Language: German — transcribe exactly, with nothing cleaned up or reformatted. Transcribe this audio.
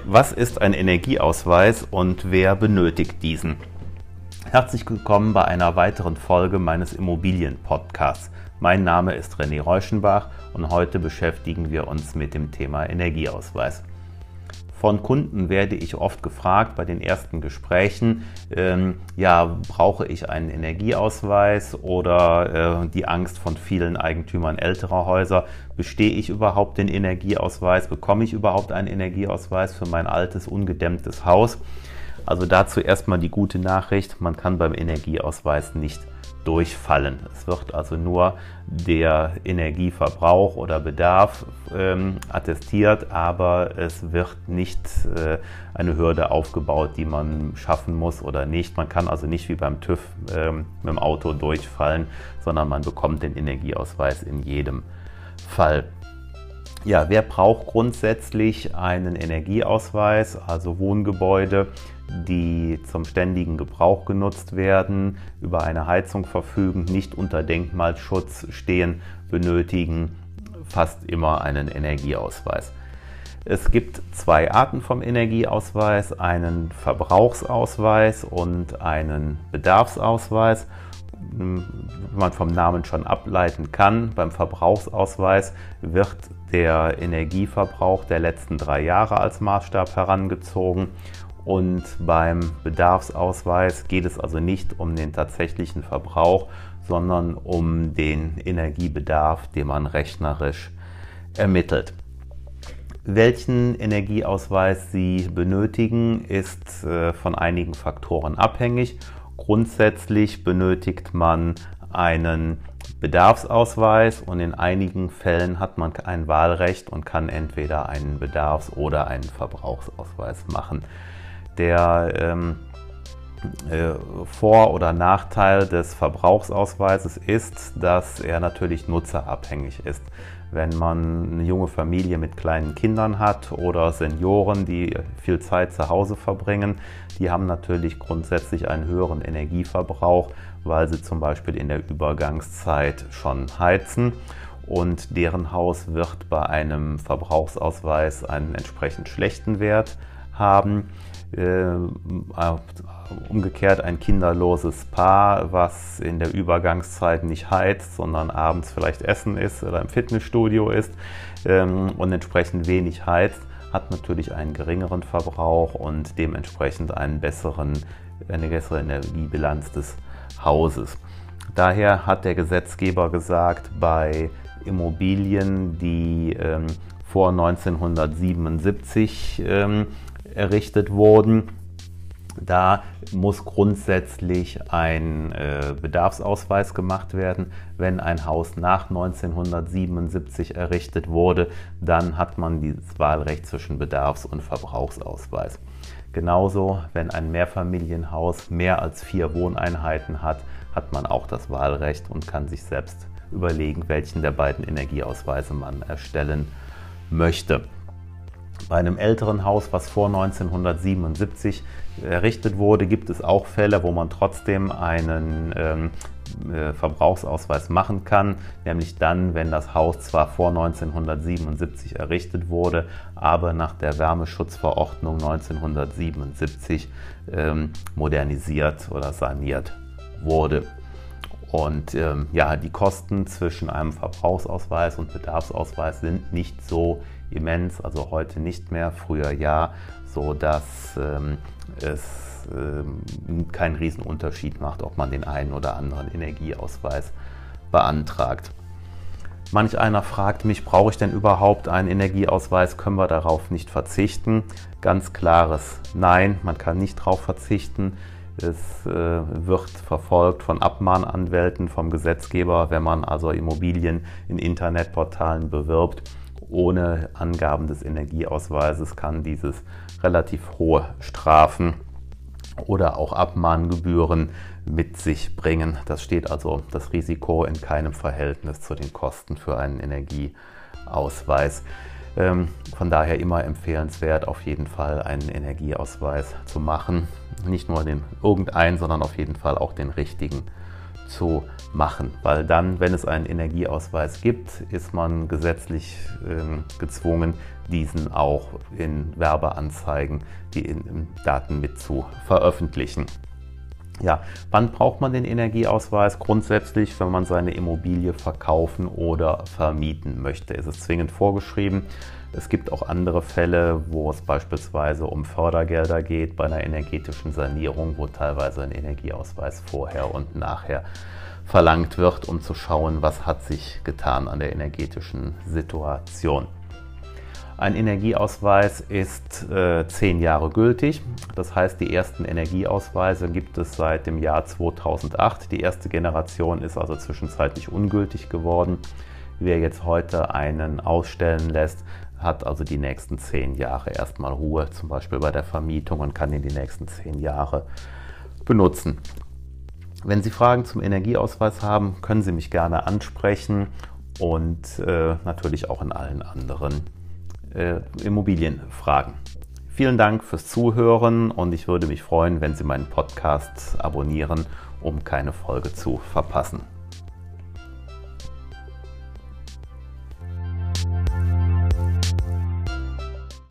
Was ist ein Energieausweis und wer benötigt diesen? Herzlich willkommen bei einer weiteren Folge meines Immobilien-Podcasts. Mein Name ist René Reuschenbach und heute beschäftigen wir uns mit dem Thema Energieausweis. Von Kunden werde ich oft gefragt bei den ersten Gesprächen, ähm, ja, brauche ich einen Energieausweis oder äh, die Angst von vielen Eigentümern älterer Häuser, bestehe ich überhaupt den Energieausweis, bekomme ich überhaupt einen Energieausweis für mein altes, ungedämmtes Haus? Also dazu erstmal die gute Nachricht, man kann beim Energieausweis nicht durchfallen. Es wird also nur der Energieverbrauch oder Bedarf ähm, attestiert, aber es wird nicht äh, eine Hürde aufgebaut, die man schaffen muss oder nicht. Man kann also nicht wie beim TÜV ähm, mit dem Auto durchfallen, sondern man bekommt den Energieausweis in jedem Fall. Ja, wer braucht grundsätzlich einen Energieausweis, also Wohngebäude, die zum ständigen Gebrauch genutzt werden, über eine Heizung verfügen, nicht unter Denkmalschutz stehen, benötigen fast immer einen Energieausweis. Es gibt zwei Arten vom Energieausweis, einen Verbrauchsausweis und einen Bedarfsausweis. Wie man vom Namen schon ableiten kann, beim Verbrauchsausweis wird der Energieverbrauch der letzten drei Jahre als Maßstab herangezogen und beim Bedarfsausweis geht es also nicht um den tatsächlichen Verbrauch, sondern um den Energiebedarf, den man rechnerisch ermittelt. Welchen Energieausweis Sie benötigen, ist äh, von einigen Faktoren abhängig. Grundsätzlich benötigt man einen Bedarfsausweis und in einigen Fällen hat man ein Wahlrecht und kann entweder einen Bedarfs- oder einen Verbrauchsausweis machen. Der ähm, äh, Vor- oder Nachteil des Verbrauchsausweises ist, dass er natürlich nutzerabhängig ist. Wenn man eine junge Familie mit kleinen Kindern hat oder Senioren, die viel Zeit zu Hause verbringen, die haben natürlich grundsätzlich einen höheren Energieverbrauch, weil sie zum Beispiel in der Übergangszeit schon heizen und deren Haus wird bei einem Verbrauchsausweis einen entsprechend schlechten Wert haben. Äh, umgekehrt ein kinderloses Paar, was in der Übergangszeit nicht heizt, sondern abends vielleicht essen ist oder im Fitnessstudio ist ähm, und entsprechend wenig heizt, hat natürlich einen geringeren Verbrauch und dementsprechend einen besseren, eine bessere Energiebilanz des Hauses. Daher hat der Gesetzgeber gesagt, bei Immobilien, die ähm, vor neunzehnhundertsiebenundsiebzig ähm, errichtet wurden, da muss grundsätzlich ein äh, Bedarfsausweis gemacht werden. Wenn ein Haus nach neunzehnhundertsiebenundsiebzig errichtet wurde, dann hat man dieses Wahlrecht zwischen Bedarfs- und Verbrauchsausweis. Genauso, wenn ein Mehrfamilienhaus mehr als vier Wohneinheiten hat, hat man auch das Wahlrecht und kann sich selbst überlegen, welchen der beiden Energieausweise man erstellen möchte. Bei einem älteren Haus, was vor neunzehnhundertsiebenundsiebzig errichtet wurde, gibt es auch Fälle, wo man trotzdem einen ähm, äh, Verbrauchsausweis machen kann, nämlich dann, wenn das Haus zwar vor neunzehnhundertsiebenundsiebzig errichtet wurde, aber nach der Wärmeschutzverordnung neunzehnhundertsiebenundsiebzig ähm, modernisiert oder saniert wurde. Und ähm, ja, die Kosten zwischen einem Verbrauchsausweis und Bedarfsausweis sind nicht so immens, also heute nicht mehr, früher ja, so dass ähm, es ähm, keinen Riesenunterschied macht, ob man den einen oder anderen Energieausweis beantragt. Manch einer fragt mich, brauche ich denn überhaupt einen Energieausweis? Können wir darauf nicht verzichten? Ganz klares Nein, man kann nicht darauf verzichten. Es äh, wird verfolgt von Abmahnanwälten vom Gesetzgeber, wenn man also Immobilien in Internetportalen bewirbt. Ohne Angaben des Energieausweises kann dieses relativ hohe Strafen oder auch Abmahngebühren mit sich bringen. Das steht also das Risiko in keinem Verhältnis zu den Kosten für einen Energieausweis. Ähm, von daher immer empfehlenswert, auf jeden Fall einen Energieausweis zu machen. Nicht nur den irgendeinen, sondern auf jeden Fall auch den richtigen zu machen, weil dann, wenn es einen Energieausweis gibt, ist man gesetzlich äh, gezwungen, diesen auch in Werbeanzeigen, die in, in Daten mit zu veröffentlichen. Ja, wann braucht man den Energieausweis? Grundsätzlich, wenn man seine Immobilie verkaufen oder vermieten möchte, ist es zwingend vorgeschrieben. Es gibt auch andere Fälle, wo es beispielsweise um Fördergelder geht bei einer energetischen Sanierung, wo teilweise ein Energieausweis vorher und nachher verlangt wird, um zu schauen, was hat sich getan an der energetischen Situation. Ein Energieausweis ist äh, zehn Jahre gültig. Das heißt, die ersten Energieausweise gibt es seit dem Jahr zweitausendacht. Die erste Generation ist also zwischenzeitlich ungültig geworden. Wer jetzt heute einen ausstellen lässt, hat also die nächsten zehn Jahre erstmal Ruhe, zum Beispiel bei der Vermietung, und kann ihn die nächsten zehn Jahre benutzen. Wenn Sie Fragen zum Energieausweis haben, können Sie mich gerne ansprechen und äh, natürlich auch in allen anderen äh, Immobilienfragen. Vielen Dank fürs Zuhören und ich würde mich freuen, wenn Sie meinen Podcast abonnieren, um keine Folge zu verpassen.